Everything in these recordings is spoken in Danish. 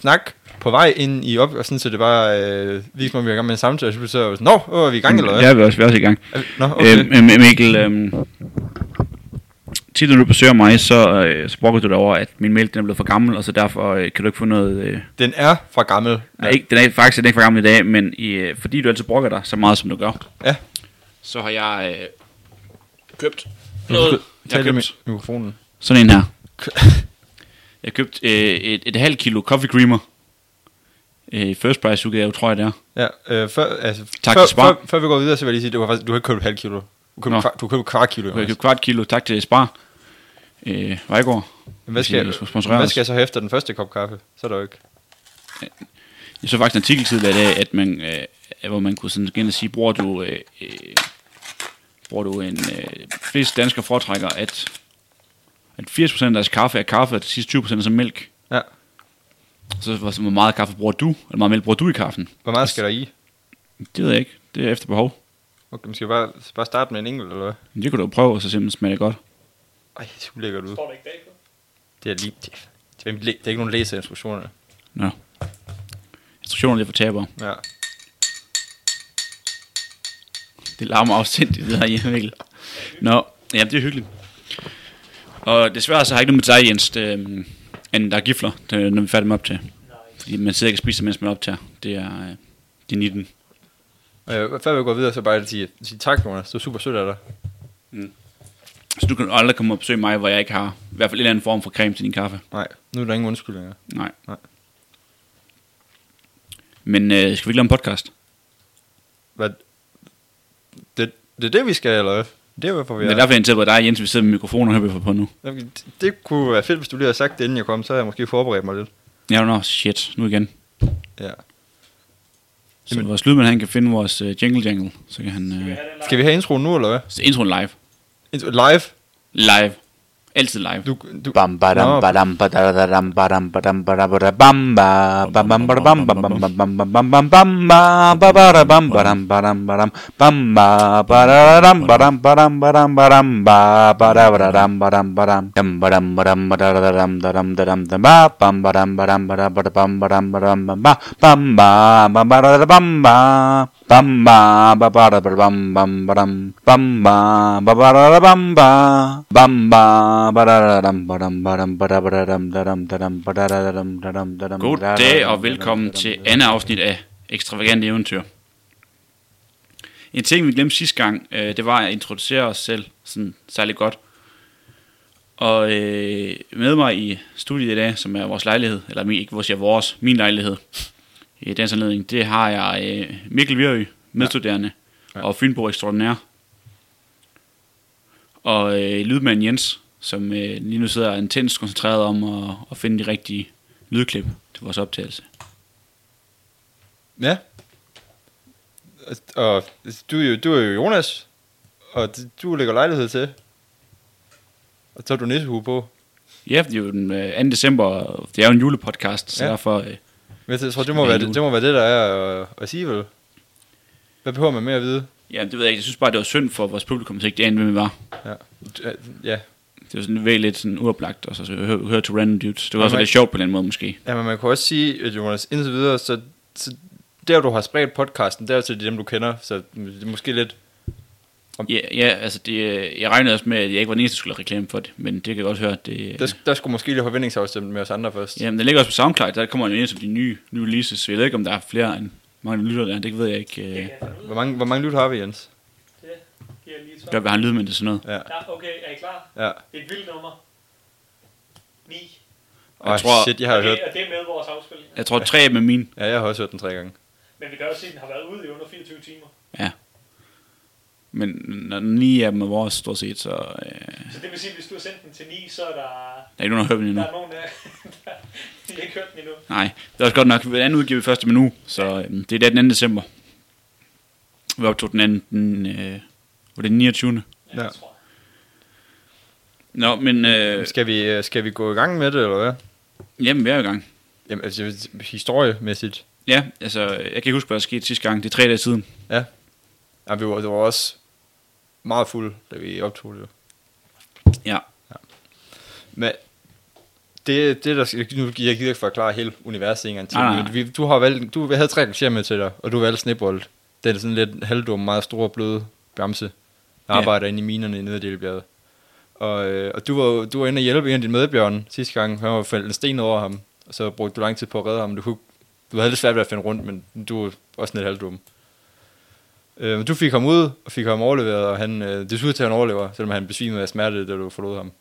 snak på vej ind i op, og sådan, så det bare vi var i gang med en samtale, og så var sådan, er vi i gang, eller hvad? Ja, vi er også i gang. Nå, okay. Mikkel, tit når du besøger mig, så brokker du dig over, at min mælk den er blevet for gammel, og så derfor kan du ikke få noget... Den er for gammel. Nej, den er faktisk ikke for gammel i dag, men fordi du altid brokker dig så meget, som du gør, ja. Så har jeg købt noget. Jeg har købt mikrofonen. Sådan en her. Jeg har købt et halvt kilo coffee creamer. First price udgave, tror jeg det er. Ja, før vi går videre, så vil jeg lige sige, du har ikke købt et halvt kilo. Du købte kvart kilo. Du har købt kvart kilo, tak til Spar. Vejgaard. Hvad skal jeg så have efter den første kop kaffe? Så er der jo ikke. Jeg så faktisk en artikel tidligere i dag, at man, hvor man kunne sådan igen sige, bruger du en flest danskere foretrækker, at 80% af deres kaffe er kaffe, og de sidste 20% er som mælk. Ja. Så hvor meget kaffe bruger du, eller meget mælk bruger du i kaffen? Hvor meget skal der i? Det ved jeg ikke. Det er efter behov. Okay, man skal bare starte med en enkelt, eller hvad? Men det kunne du prøve, og så simpelthen smager det godt. Ej, det er lækkert ud. Står der ikke bagpå? Det er ikke nogen læseinstruktioner. Nå. Instruktioner lidt for tabere. Ja. Det larmer afsindigt, det her hjemme, Mikkel. Nå, ja, det er hyggeligt. Og desværre så har jeg ikke noget med dig, Jens, end der er gifler, når vi er færdige med optag. Fordi man sidder ikke og spiser, mens man optager. Det er 19. Før vi går videre, så bare sige tak, Jonas. Det er super sødt af dig. Så du kan aldrig komme og besøge mig, hvor jeg ikke har i hvert fald en eller anden form for creme til din kaffe. Nej, nu er der ingen undskyldninger. Nej. Men skal vi ikke lave en podcast? Hvad? Det er det, vi skal, eller hvad? Det er hvorfor vi er. Men derfor er jeg interesseret på dig, Jens, vi sidder med mikrofoner og hører på nu. Det kunne være fedt, hvis du lige havde sagt det, inden jeg kom. Så havde jeg måske forberedt mig lidt. Ja, shit. Nu igen. Ja. Så vores lydmand, han kan finde vores jingle, så kan han... Skal vi have introen nu, eller hvad? Introen live. Live? Live. Altid live. Bam badam badam badam badam badam badam bam bam bam bam bam bam bam bam bam bam bam badam badam badam bam badam badam badam badam badam badam badam badam dam badam badam badam badam badam badam bam badam badam badam badam badam badam bam bam bam badam bam bam bam bam badam bam bam bam bam God dag og velkommen til andet afsnit af Ekstravagante Eventyr. En ting vi glemte sidste gang, det var at introducere os selv sådan særlig godt. Og med mig i studiet i dag, som er vores lejlighed, eller ikke vores, min lejlighed i dagens anledning, det har jeg Mikkel Virø, medstuderende og Fynbo ekstraordinær. Og lydmand Jens, som lige nu sidder intens koncentreret om at finde de rigtige lydklip til vores optagelse. Ja. Og du er jo Jonas, og du lægger lejlighed til. Og så har du nissehue på. Ja, det er jo den 2. december, og det er jo en julepodcast, så derfor... Men jeg tror, det må være det, der er at sige, vel? Hvad behøver man mere at vide? Ja, det ved jeg ikke. Jeg synes bare, det var synd for vores publikum, så ikke det anede, hvem vi var. Ja. Det var sådan lidt sådan uoplagt, og så høre til random dudes. Det var også lidt sjovt på den måde, måske. Ja, men man kan også sige, at Jonas, indtil videre, så der, du har spredt podcasten, der er til dem, du kender, så det er måske lidt... Ja, altså, jeg regnede også med, at jeg ikke var den eneste, der skulle reklame for det, men det kan jeg godt høre, det... Der skulle måske lige forventningsafstemt med os andre først. Ja, men det ligger også på SoundCloud, der kommer jo ind som de nye releases, så jeg ved ikke, om der er flere end mange lytter der, det ved jeg ikke. Hvor mange lytter har vi, Jens? Det giver jeg lige gør vi har en lydmænd til sådan noget. Ja, okay, er I klar? Ja. Det er et vildt nummer. 9. Jeg tror, shit, jeg har hørt. Og det er med vores afspilning. Jeg tror 3 med min. Ja, jeg har også hørt den 3 gange. Men vi kan også se, at den har været ude i under 24 timer. Ja. Men når 9 af dem er vores, stort set, så... Så det vil sige, at hvis du har sendt den til 9, så er der... Der er ikke nogen, der har hørt den endnu. Der er nogen, der har ikke hørt den endnu. Nej, det er også godt nok. Den anden udgiver vi først om en uge, så det er den 2. december. Vi optog den anden... var det den 29. Ja. Nå, men... Skal vi gå i gang med det, eller hvad? Jamen, vi er i gang. Jamen, altså, historiemæssigt. Ja, altså, jeg kan ikke huske, hvad der skete sidste gang. Det er 3 dage siden. Ja. Ja, det var også meget fuld, da vi optog det. Ja. Men Det der, nu jeg gider ikke forklare hele universet en gang til. Nej. Du har valgt, jeg havde 3 karakterer med til dig, og du valgte Snebold. Den er sådan lidt halvdum, meget stor, bløde bamse, der arbejder inde i minerne nede i Delbjerget. Og du var inde og hjælpe en af dine medbjørn sidste gang. Han var faldet en sten over ham, og så brugte du lang tid på at redde ham. Du havde lidt svært ved at finde rundt, men du var også lidt halvdum. Du fik ham ud, og fik ham overleveret, og det så ud til, at han overlever, selvom han besvimede af smerte, da du forlod ham.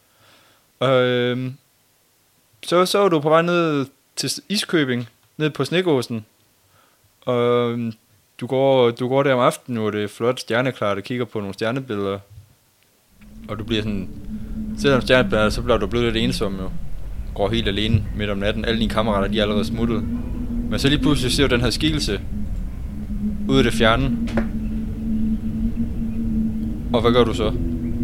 Så var du på vej ned til Iskøbing, ned på Snegåsen, og du går der om aftenen, hvor det er flot stjerneklart, og kigger på nogle stjernebilleder, og du bliver sådan, selvom stjernebilleder, så bliver du blevet lidt ensom jo, går helt alene midt om natten, alle dine kammerater, de er allerede smuttet, men så lige pludselig ser du den her skikkelse, ude af det fjerne, og hvad gør du så?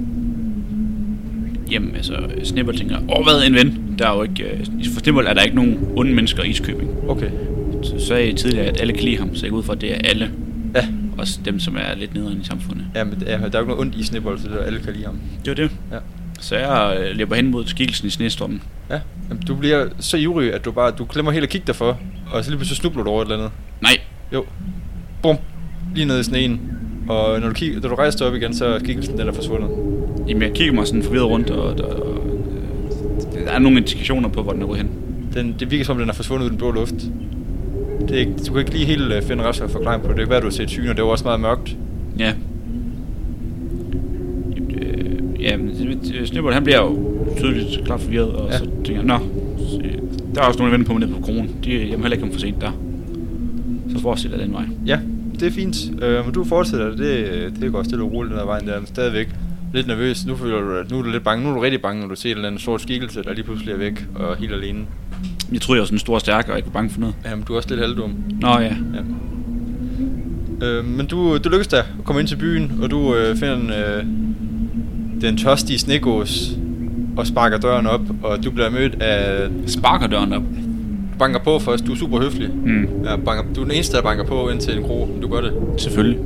Jamen, altså, Snebold tænker, hvad en ven? Der er jo ikke, for Snebold er der ikke nogen onde mennesker i Iskøbing. Okay. Så sagde jeg tidligere, at alle kan lide ham, så jeg går ud fra, at det er alle. Ja. Også dem, som er lidt nederen i samfundet. Ja, men der er jo ikke noget ondt i Snebold, så alle kan lide ham. Det var det. Ja. Så jeg løber hen mod skikkelsen i snestormen. Ja, jamen, du bliver så ivrig, at du glemmer helt at kigge derfor, og så lige pludselig snubler du over et eller andet. Nej. Jo. Bum. Lige ned i sneen. Og når du rejser op igen, så er skikkelsen den er forsvundet. Jamen, jeg kigger mig sådan forvirret rundt, og der er nogle indikationer på, hvor den er gået hen. Det virker som om, den er forsvundet ud i den blå luft. Du kan ikke lige helt finde rest og forklare på det. Det kan være, du har set syn, og det var også meget mørkt. Ja. Snebold, han bliver jo tydeligt klart forvirret, og så tænker jeg, der er også nogen, der venter på mig nede på kronen. Jeg må heller ikke komme for sent der. Så fortsætter jeg den vej. Ja, det er fint. Men du fortsætter, det går stille og roligt den der vejen der. Stadigvæk lidt nervøs. Nu er du lidt bange. Nu er du rigtig bange, når du ser en eller anden sort skikkelse, der lige pludselig er væk og helt alene. Jeg troede, jeg var sådan en stor stærk, og ikke var bange for noget. Jamen, du er også lidt halvdum. Nå ja. Men du lykkes da at komme ind til byen, og du finder den tørstige snegås og sparker døren op, og du bliver mødt af... Sparker døren op? Du banker på først, du er super høflig. Ja, du er den eneste, der banker på ind til en kro, du gør det. Selvfølgelig.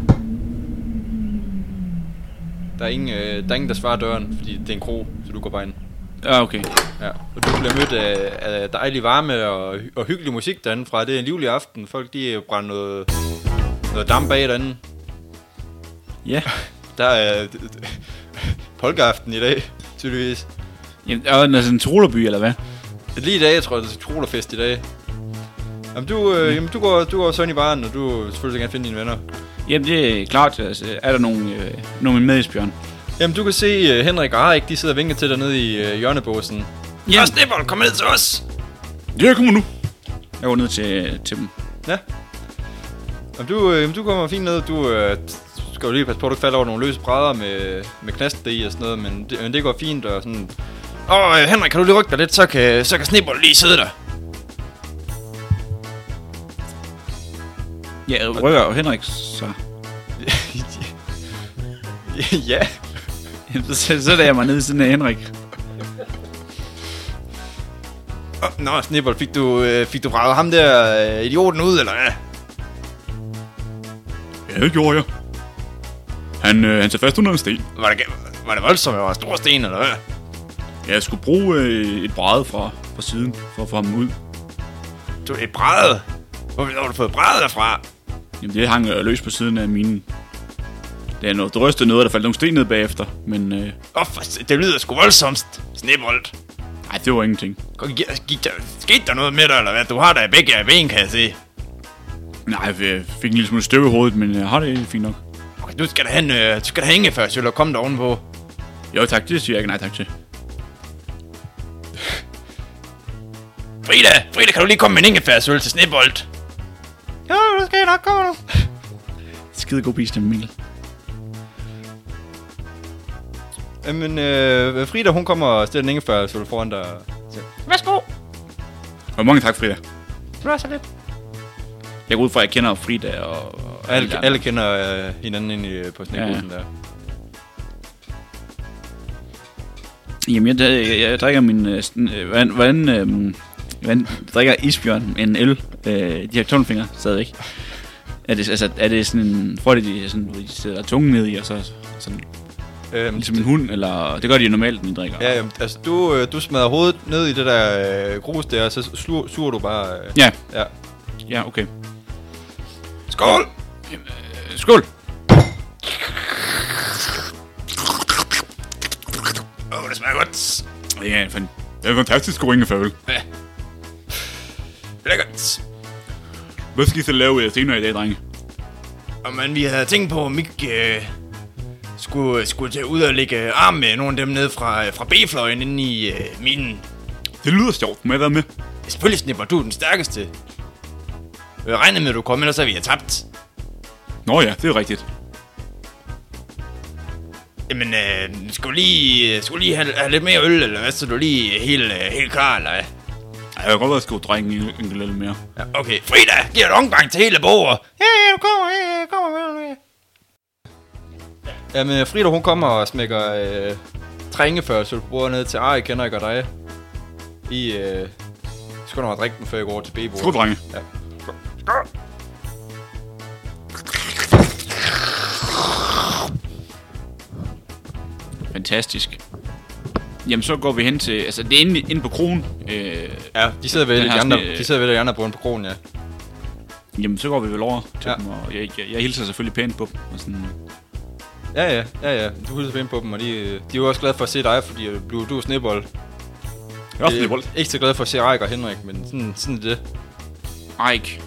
Der er ingen, der svarer døren, fordi det er en kro, så du går bare ind. Ja, okay. Ja, og du bliver mødt af dejlig varme og hyggelig musik derinde fra. Det er en livlig aften. Folk, de brænder noget damp bag derinde. Ja. Der er polkaaften i dag, tydeligvis. Jamen, er det sådan en trolerby, eller hvad? Lige i dag, jeg tror, det er trolerfest i dag. Jamen, du går så ind i baren, og du selvfølgelig gerne finde dine venner. Jamen, det er klart. Altså, er der nogen med Isbjørn? Jamen, du kan se Henrik og Arik, de sidder og vinker til dig nede i hjørnebåsen. Ja, Snebold, kom ned til os! Ja, kom nu! Jeg går ned til dem. Ja. Jamen, du kommer fint ned. Du skal jo lige passe på, at du ikke falder over nogle løse brædder med knaster i og sådan noget, men det går fint og sådan... Henrik, kan du lige rykke dig lidt, så kan Snebold lige sidde der. Ja, rykker og Henrik, så... Ja. Så sætter jeg mig ned siden af Henrik. Nå, Snebold, fik du vraget ham der idioten ud, eller hvad? Ja, det gjorde jeg. Han tager fast under en sten. Var det voldsomt, at der var store sten, eller hvad? Jeg skulle bruge et bræde fra siden, for at få ham ud. Et bræde? Hvor har du fået bræde derfra? Jamen, det hang løs på siden af minen. Det er noget rystede noget, der faldt nogle sten ned bagefter, men... det lyder sgu voldsomt, Snebold. Nej, det var ingenting. Skete der noget med dig, eller hvad? Du har da begge ben, kan jeg se. Nej, jeg fik en lille smule støv i hovedet, men jeg har det fint nok. Okay, du skal da hænge først, eller komme der ovenpå. Jo tak, det siger jeg ikke nej tak til. Frida, kan du lige komme med en ingefærsøl til Snebold? Jo, det skal jeg nok komme nu. Skide god bis til Mikkel. Jamen, Frida, hun kommer og stiller en ingefærsøl foran dig. Værsgo. Og mange tak, Frida. Det var så lidt. Jeg går ud fra, at jeg kender Frida og alle kender hinanden inde på Snegåsen der. Jamen, jeg drikker min... Hvordan drikker Isbjørn en øl? De har tommelfinger stadigvæk. Er det sådan en... Får de sådan, de sætter tungen ned i, og så sådan... Ligesom en hund, eller det gør de jo normalt, når de drikker. Ja, altså du smadrer hovedet ned i det der grus der, og så suger du bare... Ja. Ja. Ja, okay. Skål! Skål! Det smager godt. Ja, det er en fantastisk god ingefærøl. Ja. Lækkert. Hvad skal I så lave senere i dag, drenge? Men vi havde tænkt på, om ikke skulle tage ud og lægge arm med nogle af dem nede fra B-fløjen inde i minen. Det lyder sjovt. Må jeg være med? Selvfølgelig, Snipper, du er den stærkeste. Jeg regner med, at du kommer, ellers har vi tabt. Nå ja, det er rigtigt. Jamen, skulle lige have lidt mere øl, eller hvad? Så du lige helt klar, eller hvad? Jeg kan godt være, at jeg skal drikke en lidt mere. Ja, okay, Frida, giver et omgang til hele bordet. Ja, du kommer. Jamen, Frida, hun kommer og smækker 3 ingefærøl på bordet ned til Arik, Henrik og dig. I skal nok drikke den, før jeg går over til B-bordet. Skål, drenge. Ja. Fantastisk. Jamen, så går vi hen til... Altså, det er inde på kronen. Ja, de sidder ved de andre på kronen, ja. Jamen, så går vi vel over til dem, og jeg hilser selvfølgelig pænt på dem. Og sådan. Ja. Du hilser pænt på dem, og de er jo også glade for at se dig, fordi du er snebold. Jeg er også snebold. Ikke så glad for at se Arik og Henrik, men sådan er det. Arik.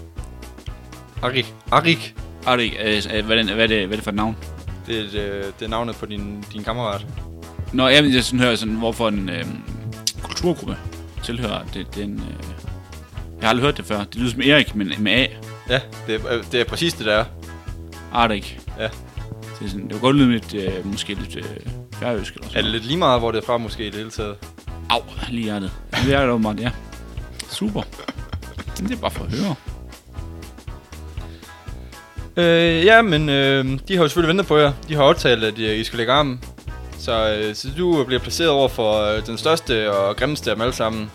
Hvad er det for et navn? Det er navnet på din kammerat. Nå, jeg sådan hører sådan, hvorfor en kulturgruppe tilhører den... jeg har aldrig hørt det før. Det lyder som Erik, men med A. Ja, det er præcis det, der er. Arik. Ja. Det var godt lyde lidt, måske lidt færøsk eller sådan. Er det lidt lige meget, hvor det er fra måske i det hele taget? Au, lige hjertet. Det er det åbenbart, ja. Super. Det er bare for at høre. Men de har jo selvfølgelig ventet på jer. De har aftalt, at I skal lægge armen. Så du bliver placeret over for den største og grimmeste af dem alle sammen.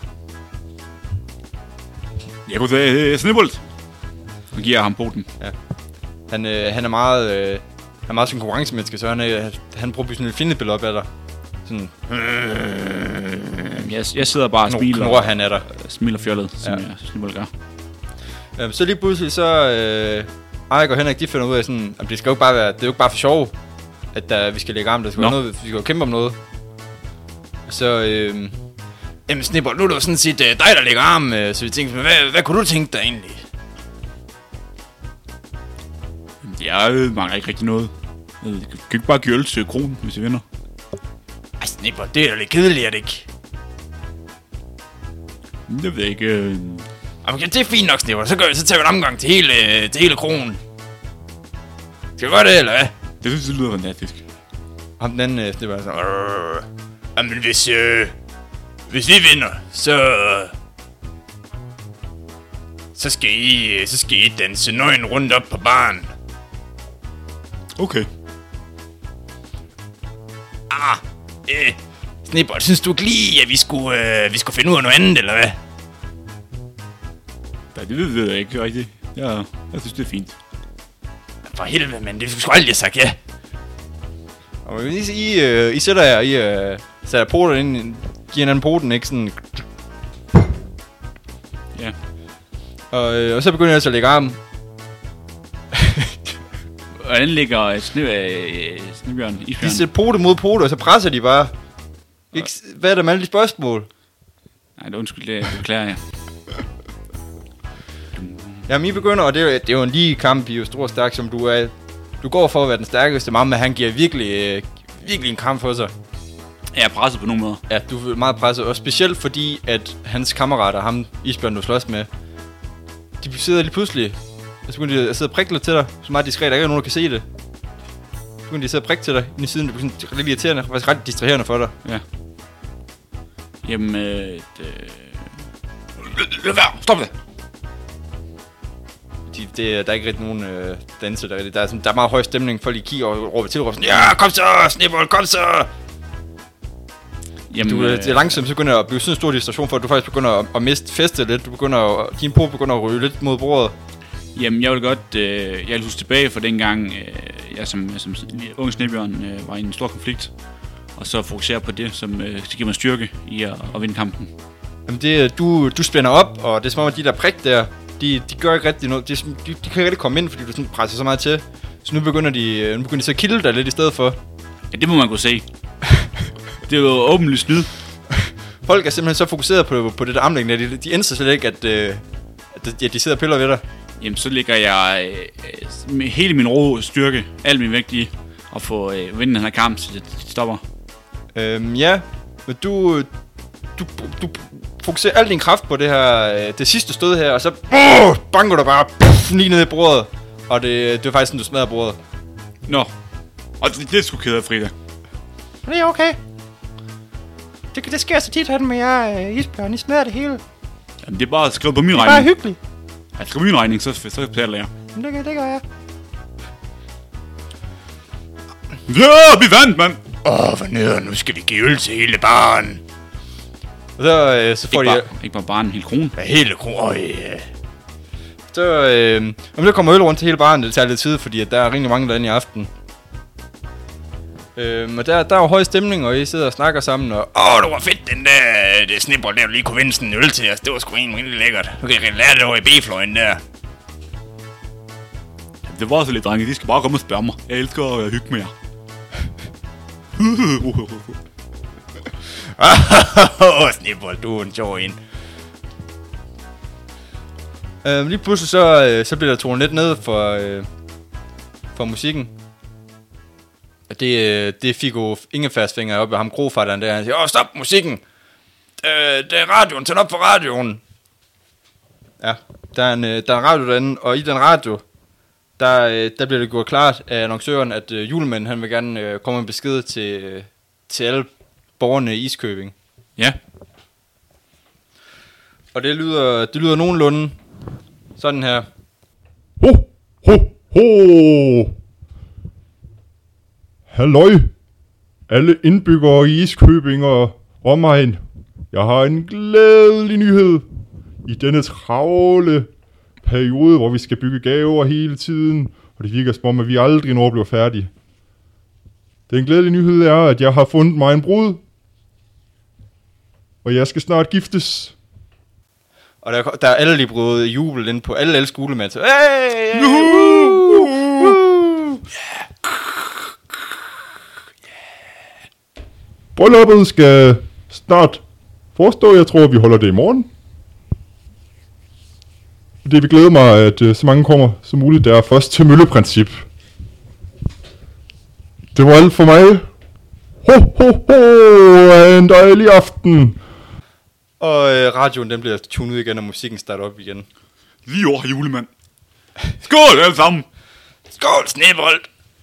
Jeg kunne sige snebold. Og giver ham på den. Ja. Han er meget sådan konkurrencemenneske, så han prøver sådan et fjendebillede op af dig. Sådan. Jeg sidder bare og smiler. Knurrer han af dig. Smiler fjollet, som jeg snebold gør. Så lige pludselig så Erik og Henrik, de finder ud af sådan, at det skal jo ikke bare være, det er jo ikke bare for sjov, at vi skal lægge arm, der skal være noget, vi skal jo kæmpe om noget. Så jamen Snebold, nu er det jo sådan set dig, der lægger arm, så vi tænkte, hvad kunne du tænke dig egentlig? Jeg mangler ikke rigtig noget. Jeg kan ikke bare give øl til kronen, hvis jeg vinder. Ej Snebold, det er da lidt kedeligt, er det ikke? Det ved jeg ikke. Okay, det er fint nok, Snebold. Så tager vi en omgang til hele kronen. Skal vi gøre det, eller hvad? Det synes jeg lyder fantastisk. Ham den anden Snebold sådan... Jamen, hvis vi vinder, så skal I danse nøgen rundt op på baren. Okay. Snebold, synes du ikke lige, at vi skulle finde ud af noget andet, eller hvad? Nej, det ved jeg ikke rigtigt. Jeg synes, det er fint. For helvede, men det skulle aldrig have sagt ja. Og I sætter jer, sætter poten ind, giver hinanden poten, ikke sådan... Ja. Og så begynder jeg så at lægge armen. Hvordan ligger snebjørn, isbjørn? De sætter pote mod pote, og så presser de bare. Ikke, hvad er der med alle de spørgsmål? Nej, det undskyld, det beklager jeg. Jamen, I begynder, og det er jo en lige kamp, I er jo stor og stærk, som du er. Du går for at være den stærkeste, men han giver virkelig en kamp for sig. Jeg er presset på nogen måde. Ja, du er meget presset, og specielt fordi, at hans kammerater, ham isbjørn, du slås med, de sidder lige pludselig, og så begynder de at sidde og prikke lidt til dig, så meget diskret, der ikke er nogen, der kan se det. Så begynder de at sidde og prikke til dig ind i siden, det bliver sådan lidt irriterende, faktisk ret distraherende for dig. Ja. Jamen, lad være, stop det! Der er ikke rigtig nogen danser der. Der er meget høj stemning, folk kigger og råber til, og råber sådan, ja, kom så, Snebold, kom så! Jamen, det er langsomt, så begynder det at blive sådan en stor distraktion for, at du faktisk begynder at miste festet lidt. Din po begynder at ryge lidt mod bordet. Jamen, jeg vil godt, jeg vil huske tilbage fra dengang, jeg som ung snebjørn var i en stor konflikt, og så fokusere på det, som giver mig styrke i at vinde kampen. Jamen du spænder op, og det er som om, at de der prik der, de gør ikke rigtig noget. De kan ikke rigtig komme ind, fordi du sådan presser så meget til. Så nu begynder de så at kilde dig lidt i stedet for. Ja, det må man kunne se. Det er jo åbenlyst snyd. Folk er simpelthen så fokuseret på det der armlægning, de indser slet ikke, at de sidder og piller ved dig. Jamen, så ligger jeg med hele min ro styrke, al min vægt i, at få vinde den her kamp, så det stopper. Ja, men du fokuserer al din kraft på det her, det sidste stød her, og så banker du bare lige ned i bordet. Og det er faktisk sådan, du smadrer bordet. Nå, og det er sgu ked af, Frida. Det er okay. Det sker så tit med jer isbjørn. I smadrer det hele. Jamen, det er bare skrevet på min Det er regning. bare hyggeligt. Jeg skriver min regning, så betaler jeg. Men det gør jeg. Ja, vi vandt, mand! Hvor nede, nu skal vi give øl til hele baren. Og så får Ikke bare bare en hel krone. Ja, hele kronen. Så kommer øl rundt til hele baren, det tager lidt tid, fordi at der er rigtig mange derinde i aften. Og der er jo høj stemning, og I sidder og snakker sammen, og det var fedt, det snibbold der, du lige kunne vinde sådan en øl til os. Det var sgu egentlig rigtig lækkert. Du kan lære det over i B-fløjen der. Det var så lidt, drenge. De skal bare komme og spørge mig. Jeg elsker at hygge med jer. Snibbold, du er en sjov en. Lige pludselig så bliver der tonet lidt ned for musikken. Det fik jo Ingefærsfinger op ved ham grofatteren der. Han siger, stop musikken! Det er radioen, tænd op for radioen! Ja, der er en radio derinde, og i den radio, der bliver det gjort klart af annoncøren, at julemanden, han vil gerne komme en besked til alle borgerne i Iskøbing. Ja. Og det lyder nogenlunde sådan her. Ho, ho, ho! Halløj, alle indbyggere i Iskøbing og omegn. Jeg har en glædelig nyhed. I denne travle periode, hvor vi skal bygge gaver hele tiden, og det virker som om, at vi aldrig når bliver færdige. Den glædelige nyhed er, at jeg har fundet mig en brud, og jeg skal snart giftes. Og der er alle de brød jubel inde på alle skolemænd. Hey! Brylluppet skal snart forestå. Jeg tror, vi holder det i morgen. Det vil glæde mig, at så mange kommer som muligt. Der er først til mølleprincip. Det var alt for mig. Ho, ho, ho! En dejlig aften. Og radioen den bliver tunet igen, og musikken starter op igen. Lige over, julemand. Skål alle sammen! Skål, snebold!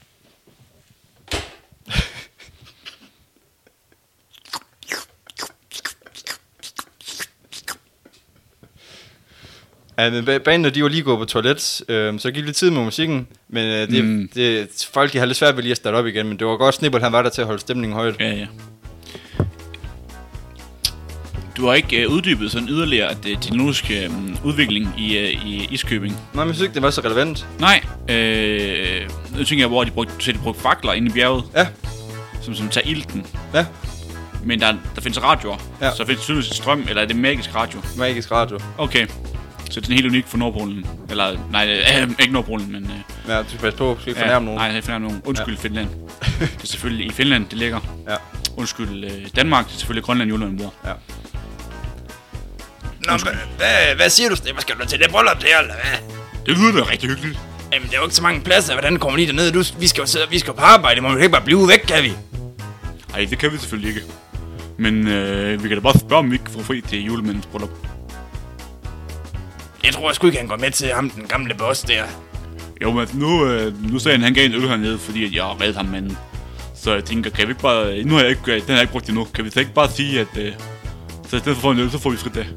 Ja, men bandene, de var lige gået på toilet, så gik lidt tid med musikken, men folk de havde lidt svært ved lige at starte op igen, men det var godt, Snebold han var der til at holde stemningen højt. Ja. Du har ikke uddybet sådan yderligere, at det teknologiske udvikling i Iskøbing. Nej, men jeg synes ikke, det var så relevant. Nej, nu tænker jeg, hvor de brugte fakler inde i bjerget. Ja. Som tager ilten. Ja. Men der findes radioer. Ja. Så findes tydeligvis strøm, eller er det magisk radio? Magisk radio. Okay. Så det er helt unik for Nordpolen. Eller, nej, ikke Nordpolen, men... Ja, du skal passe på, du skal ikke fornærme nogen. Nej, jeg fornærme nogen. Undskyld, Finland. Det er selvfølgelig i Finland, det ligger. Ja. Undskyld, Danmark, det er selvfølgelig Grønland, Jylland, hvor. Ja. Nå, hvad siger du, Snebold? Skal du til det bryllup der, eller hvad? Det lyder da rigtig hyggeligt. Jamen, der er jo ikke så mange pladser. Hvordan kommer lige derned? Vi skal jo sidde, vi skal på arbejde. Må vi ikke bare blive væk, kan vi? Nej, det kan vi selvfølgelig ikke. Men vi kan da bare spørge, om vi ikke får fri til julemandens bryllup. Jeg tror sgu ikke, han går med til ham, den gamle boss der. Jo, men nu sagde han gav en øl hernede, fordi at jeg har reddet ham manden. Så jeg tænker, kan vi ikke bare... Den har jeg ikke brugt endnu. Kan vi så ikke bare sige, at... så i stedet for en øl, så får vi frit af.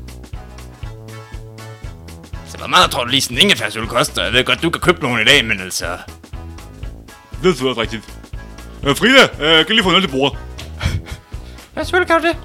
Så hvor meget tror du lige sådan en ingefærsøl koster? Jeg ved godt, du kan købe nogen i dag, men altså... Det er selvfølgelig rigtigt. Frida, kan lige få en øl til bordet? Ja, selvfølgelig kan du det.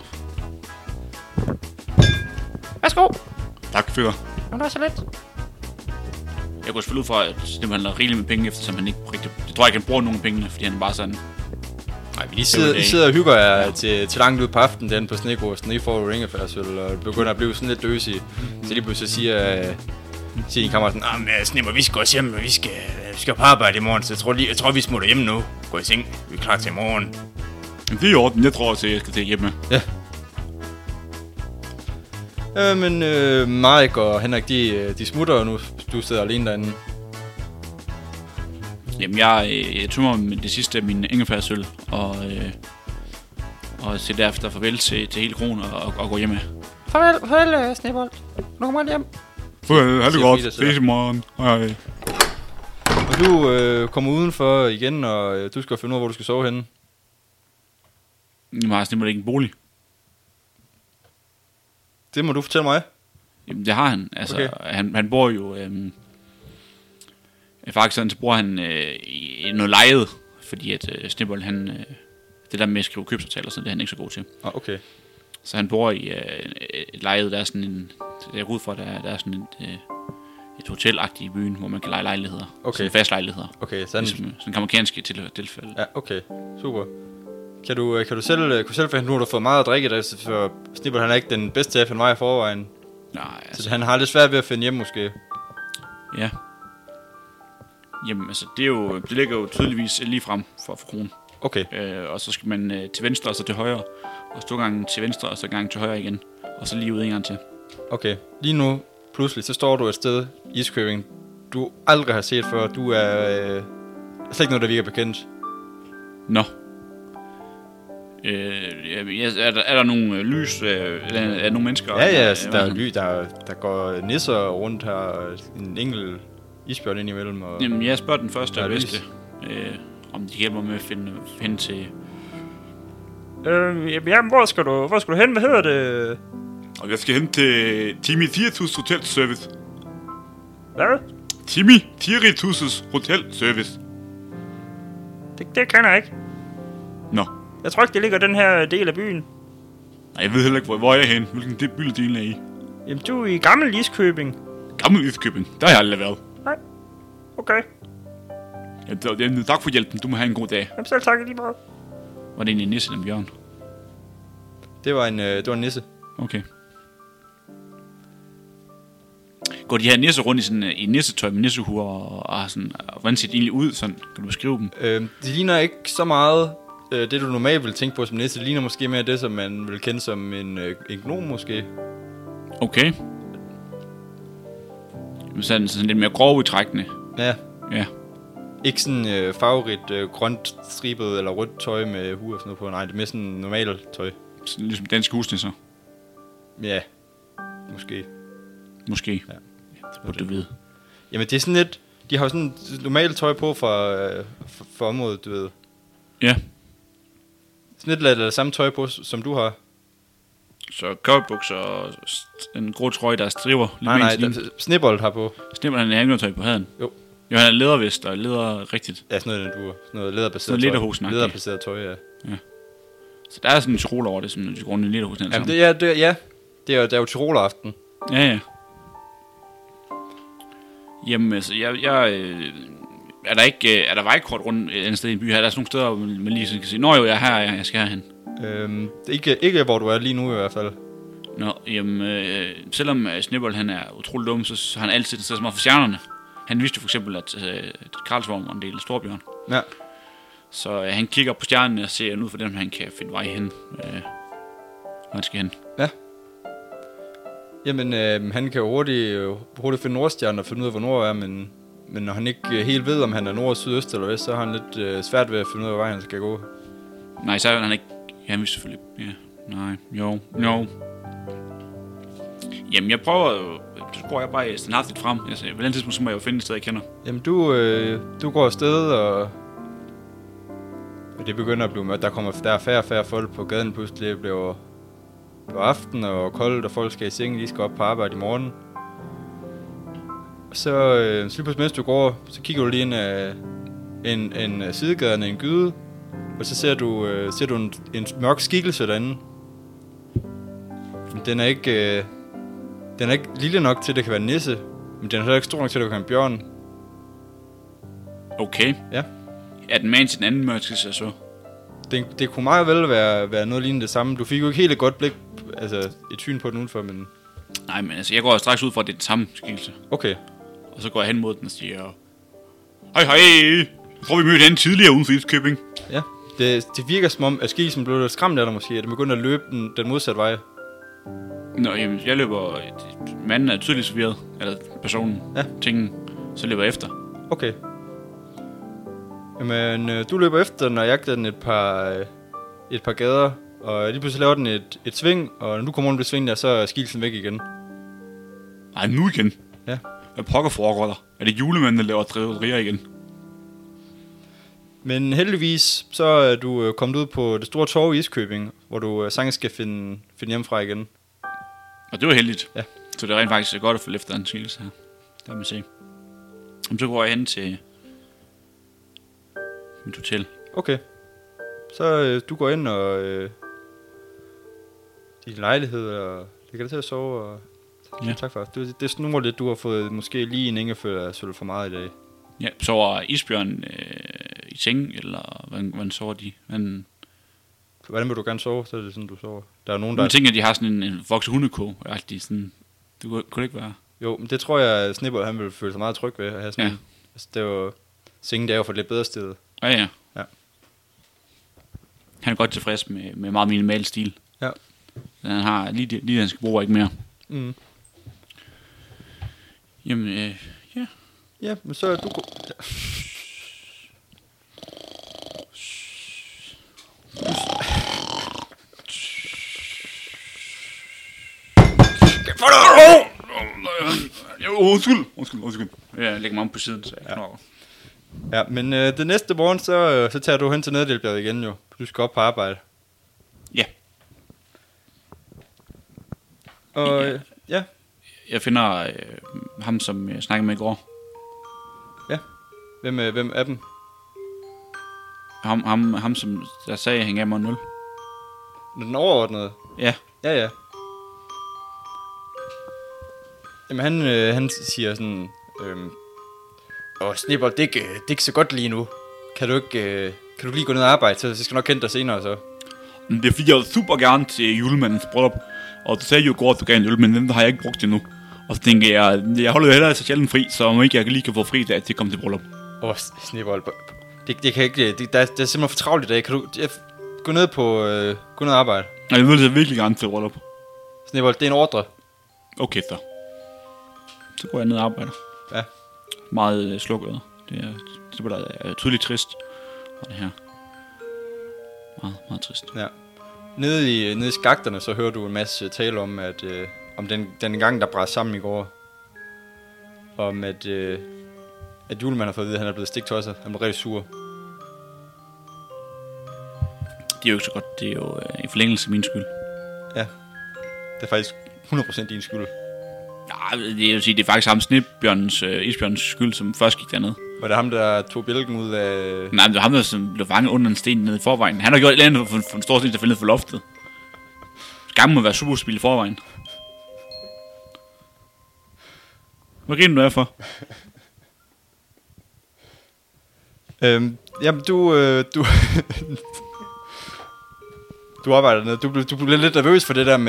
Værsgo. Tak, Frida. Jamen, det var så lidt. Jeg går selvfølgelig ud fra, at han har rigeligt med penge, eftersom han ikke rigtig... Jeg tror ikke, han bruger nogen penge, fordi han bare sådan... Nej, I sidder og hygger jer til langt ud på aftenen, den på Snegården, I får ringefærdsøl, og begynder at blive sådan lidt døsig. Så lige pludselig siger din kammerat sådan, Snipper, vi skal også hjem, vi skal på arbejde i morgen, så jeg tror vi smutter hjem nu. Gå i seng, vi er klar til i morgen. Det er i orden, jeg tror også, jeg skal til hjemme. Ja. Men Marek og Henrik, de smutter, og nu du sidder alene derinde. Jamen, jeg tømmer med det sidste af min ingefærsøl, og siger derefter farvel til hele kronen og går hjemme. Farvel, Snebold. Nu kommer jeg hjem. Farvel, ha' det godt. Ses i morgen. Hej. Og du kommer udenfor igen, og du skal finde ud af, hvor du skal sove henne. Jamen, har Snebold ikke en bolig? Det må du fortælle mig. Jamen, det har han. Altså, okay. Han bor jo... faktisk sådan, så bor han i noget lejet, fordi at Snebold, han... det der med at skrive købsaftaler, så det er han ikke så god til. Okay. Så han bor i et lejet, der er sådan en... Jeg går ud fra, der er sådan et hotelagtigt i byen, hvor man kan leje lejligheder. Okay. Sådan fast lejligheder. Okay, sådan... Sådan amerikanske tilfælde. Ja, okay. Super. Kan du selv finde, nu har du fået meget at drikke, der, for Snebold, han er ikke den bedste til at finde vej i forvejen. Nej, altså... Så han har lidt svært ved at finde hjem, måske. Ja. Jamen, altså, det ligger jo tydeligvis lige frem for kronen. Okay. Og så skal man til venstre og så til højre. Og så 2 gange til venstre og så gang til højre igen. Og så lige ud en gang til. Okay. Lige nu, pludselig, så står du et sted i Iskøbing, du aldrig har set før. Du er slet ikke noget, der virker bekendt. Nå. Er der nogle lys? Er der nogle mennesker? Ja, altså, der er lys. Der går nisser rundt her. En enkelt isbjørn ind imellem. Og jamen, jeg spørger den første og bedste. Om de hjælper med at finde hen til... Jamen, hvor skal du hen? Hvad hedder det? Og jeg skal hen til Timmy Tiritus Hotel Service. Hvad? Timmy Tiritus Hotel Service. Det kan jeg ikke. Nå. Jeg tror ikke, det ligger den her del af byen. Nej, jeg ved heller ikke, hvor jeg er hen. Hvilken det bydel er i? Jamen, du er i Gammel Iskøbing. Gammel Iskøbing? Der har jeg aldrig været. Nej. Okay. Ja, tak for hjælpen. Du må have en god dag. Jamen, selv tak lige meget. Var det egentlig en nisse eller en bjørn? Det var en nisse. Okay. Går de her nisser rundt i sådan i nissetøj med nissehuer og har sådan, hvordan ser de egentlig ud? Sådan, kan du beskrive dem? De ligner ikke så meget det, du normalt vil tænke på som nisse. Det ligner måske mere det, som man vil kende som en gnom måske. Okay. Sådan lidt mere grove i trækkene. Ja. Ja. Ikke sådan farverigt grønt stribet eller rødt tøj med huer og sådan noget på. Nej, det er mere sådan normalt tøj. Sådan ligesom danske husnisser. Ja. Måske. Måske. Ja. Det burde du vide. Jamen det er sådan lidt... De har jo sådan normalt tøj på for området, du ved. Ja. Sådan lidt eller samme tøj på, som du har. Så cowboybukser og en grå trøje, der er striver. Nej, Snebold har på. Snebold, han er hængende på haden. Jo. Jo, han er lædervest og leder rigtigt. Ja, sådan noget, sådan noget læderbaseret sådan tøj. Lederhosen-agtigt. Læderbaseret tøj, ja. Så der er sådan en tyrol over det, som de går rundt i lederhosen. Jamen det er jo Tyroler aften. Ja. Jamen altså, er der vejkort rundt et andet sted i en by her? Er der sådan nogle steder, hvor man lige kan sige, nå jo, jeg er her, jeg skal herhen? Det er ikke hvor du er lige nu i hvert fald. Nå, jamen, selvom Snebold han er utrolig dum, så har han altid så meget for stjernerne. Han vidste for eksempel, at Karlsvorm var en del af Storbjørn. Ja. Så han kigger på stjernerne og ser ud for dem, han kan finde vej hen, hvor han skal hen. Ja. Jamen, han kan jo hurtigt finde nordstjernen og finde ud af, hvor nord er, men når han ikke helt ved, om han er nord, syd, øst eller vest, så har han lidt svært ved at finde ud af, hvor vej han skal gå. Nej, så er han ikke... Ja, han vidste selvfølgelig... Ja, nej, jo. Jamen, jeg prøver jo... Så går jeg bare standhaftigt frem. Altså, på den tidspunkt, så må jeg jo finde et sted, jeg kender. Jamen, du går afsted, og det begynder at blive mørkt. Der er færre folk på gaden pludselig. Det bliver på aften og koldt, og folk skal i seng, de skal op på arbejde i morgen. Så lige pludselig, mens du går, så kigger du lige ind af en sidegade af en gyde, og så ser du en mørk skikkelse derinde. Den er ikke lille nok til, at det kan være en nisse, men den er heller ikke stor nok til, at det kan være en bjørn. Okay. Ja. Er den med til den anden mørkelse så? Det kunne meget vel være noget lignende det samme. Du fik jo ikke helt et godt blik, altså et syn på den udenfor, men... Nej, men altså, jeg går straks ud fra, at det er den samme skikkelse. Okay. Og så går jeg hen mod den og siger... Hej, jeg tror, vi mødte hende tidligere uden for Iskøbing. Ja. Det virker som om, at skikkelsen blev lidt skræmt af dig måske, at den begyndte at løbe den modsatte vej. Nå, jamen, jeg løber... Manden er tydeligt forvirret. Eller personen. Ja. Tingen. Så løber jeg efter. Okay. Jamen, du løber efter den, og jagter den et par gader, og lige pludselig laver den et sving, og når du kommer rundt ved svingen der, så er skikkelsen væk igen. Nej, nu igen. Ja. Hvad pokker foregår der? Er det julemanden, der laver driverier igen? Men heldigvis, så er du kommet ud på det store torv i Iskøbing, hvor du sagtens skal finde hjem fra igen. Og det var heldigt. Ja. Så det er rent faktisk godt at følge efter en skikkelse her. Der må man se. Og så går jeg hen til mit hotel. Okay. Så du går ind og i din lejlighed og ligger dig til at sove. Og Ja. tak for det snurrer lidt. Du har fået måske lige en ingefær sølv for meget i dag. Ja, sover isbjørn i seng, eller hvordan sover de? Hvordan vil du gerne sove? Så er det sådan, du sover. Der er nogen, der... Jeg tænker, at de har sådan en vokset hundeko. Sådan, det kunne det ikke være. Jo, men det tror jeg, at Snibbold, han vil føle sig meget tryg ved at have sådan. Ja. Altså, det er jo... Sengen, det er jo for et lidt bedre sted. Ja. Ja. Han er godt tilfreds med meget minimal stil. Ja. Han har lige han skal bruge ikke mere. Mm. Jamen, ja. Ja, men så er du... Undskyld. Jeg lægger mig om på siden, så jeg knokker. Ja, men det næste morgen, så tager du hen til Nederdelbjerget igen jo. Du skal op på arbejde. Ja. Og ja. Jeg finder ham, som jeg snakkede med i går. Hvem er dem? Ham som der sagde, at han gav mig 0. Den overordnede? Ja. Ja. Jamen han siger sådan, Snibbold, det er ikke så godt lige nu. Kan du lige gå ned og arbejde, så jeg skal nok hente dig senere så. Men det er fordi, jeg super gerne til julemandens bryllup. Og du sagde jo i går, at du gav en øl, men den har jeg ikke brugt endnu. Og så tænker jeg holder jo hellere så sjældent fri, så om ikke jeg lige kan få fri dag til at komme til bryllup. Snibbold, det kan ikke, der er simpelthen for travlt i dag. Kan du gå ned og arbejde? Nej, jeg vil så virkelig gerne til bryllup. Snibbold, det er en ordre. Okay så. Så går jeg ned og arbejder. Ja. Meget slukket. Det er tydeligt trist. Og det her. Meget, meget trist. Ja. Nede i skakterne, så hører du en masse tale om, at om den gang, der brændte sammen i går. Om at julemanden har fået at vide, at han er blevet stiktosset. Han blev rigtig sur. Det er jo ikke så godt. Det er jo i forlængelse af min skyld. Ja. Det er faktisk 100% din skyld. Ja, det vil sige, det er faktisk ham isbjørnens skyld, som først gik derned. Var det ham, der tog bjælken ud af... Nej, men det var ham, der som blev fanget under en sten nede i forvejen. Han har gjort et eller andet for en stor sten, der faldt ned for loftet. Skammen må være superspil i forvejen. Hvad griner du af for? Jamen, du arbejder nede. Du blev lidt nervøs for det der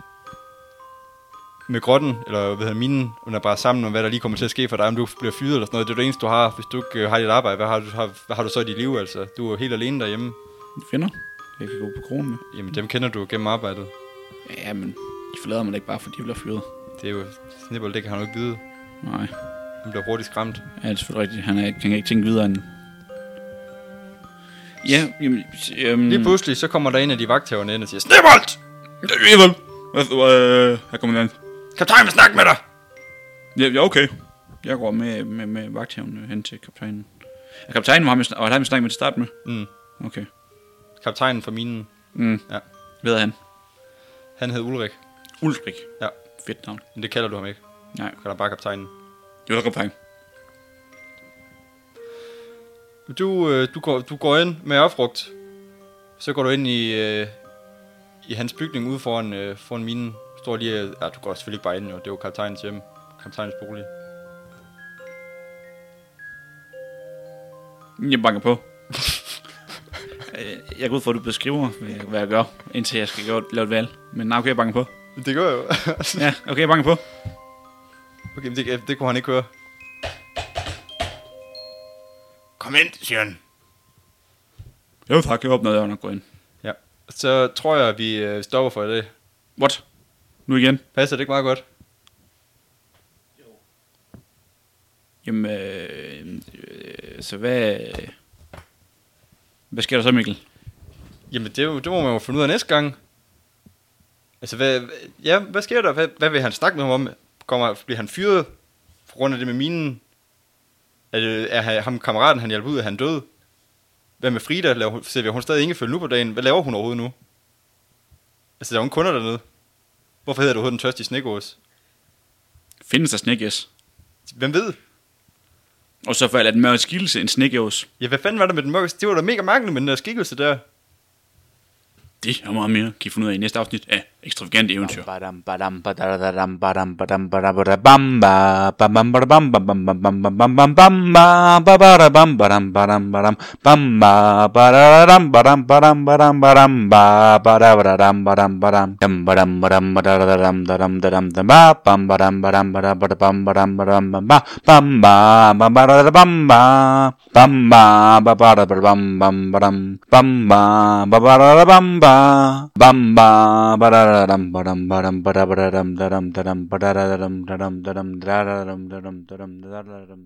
med grotten, eller minen, under bare sammen, om hvad der lige kommer til at ske for dig, om du bliver fyret eller sådan noget. Det er det eneste, du har, hvis du ikke har dit arbejde. Hvad har du så i dit liv, altså? Du er helt alene derhjemme. Finder? Jeg kan gå på kronen med. Jamen, dem kender du gennem arbejdet. Ja, men de forlader mig da ikke bare, fordi de bliver fyret. Det er jo Snibbold, det kan han jo ikke vide. Nej. Han bliver hurtigt skræmt. Ja, det er selvfølgelig rigtigt. Han kan ikke tænke videre end... Ja, jamen... Lige pludselig, så kommer der en af de vagthaverne ind og siger, Snibbold! Snibbold! Her kommer den. Kaptajn vil snakke med dig! Ja, okay. Jeg går med vagthaven hen til kaptajnen. Er kaptajnen var han med snakke med til start med? Mm. Okay. Kaptajnen for minen. Ja. Hvad er han? Han hed Ulrik. Ulrik? Ja. Fedt navn. Men det kalder du ham ikke. Nej. Du kalder bare kaptajnen. Jo, der kaptajn. Du går ind med opfrugt. Så går du ind i hans bygning ude foran minen. Står lige... Ja, du går selvfølgelig ikke bare ind, jo. Det er jo kaptajnens hjem. Kaptajnens bolig. Jeg banker på. Jeg går ud for, at du beskriver, hvad jeg gør, indtil jeg skal lave et valg. Men nej, okay, jeg banker på. Det gør jeg jo. Ja, okay, jeg banker på. Okay, men det kunne han ikke høre. Kom ind, Sjøen. Jo tak, jeg åbner døren og går ind. Ja. Så tror jeg, at vi stopper for det. What? Nu igen? Passer det ikke meget godt? Jamen, så hvad sker der så, Mikkel? Jamen, det må man jo finde ud af næste gang. Altså, hvad sker der? Hvad vil han snakke med ham om? Bliver han fyret på grund af det med minen? Er ham kammeraten, han hjælper ud, er han død? Hvad med Frida? Ser hun stadig Ingeføl nu på dagen? Hvad laver hun overhovedet nu? Altså, der er jo en kunder dernede. Hvorfor hedder du overhovedet den tørstige snegås? Findes der snækæs? Hvem ved? Og så for at den mørke skikkelse en snækæs. Ja, hvad fanden var det med den mørke? Det var da mega mærkeligt med den der skikkelse der. Det er meget mere, kan I finde ud af i næste afsnit af Ekstravagante Eventyr. Bamba badadam badam badam badam badam badam badam badam badam badam badam badam badam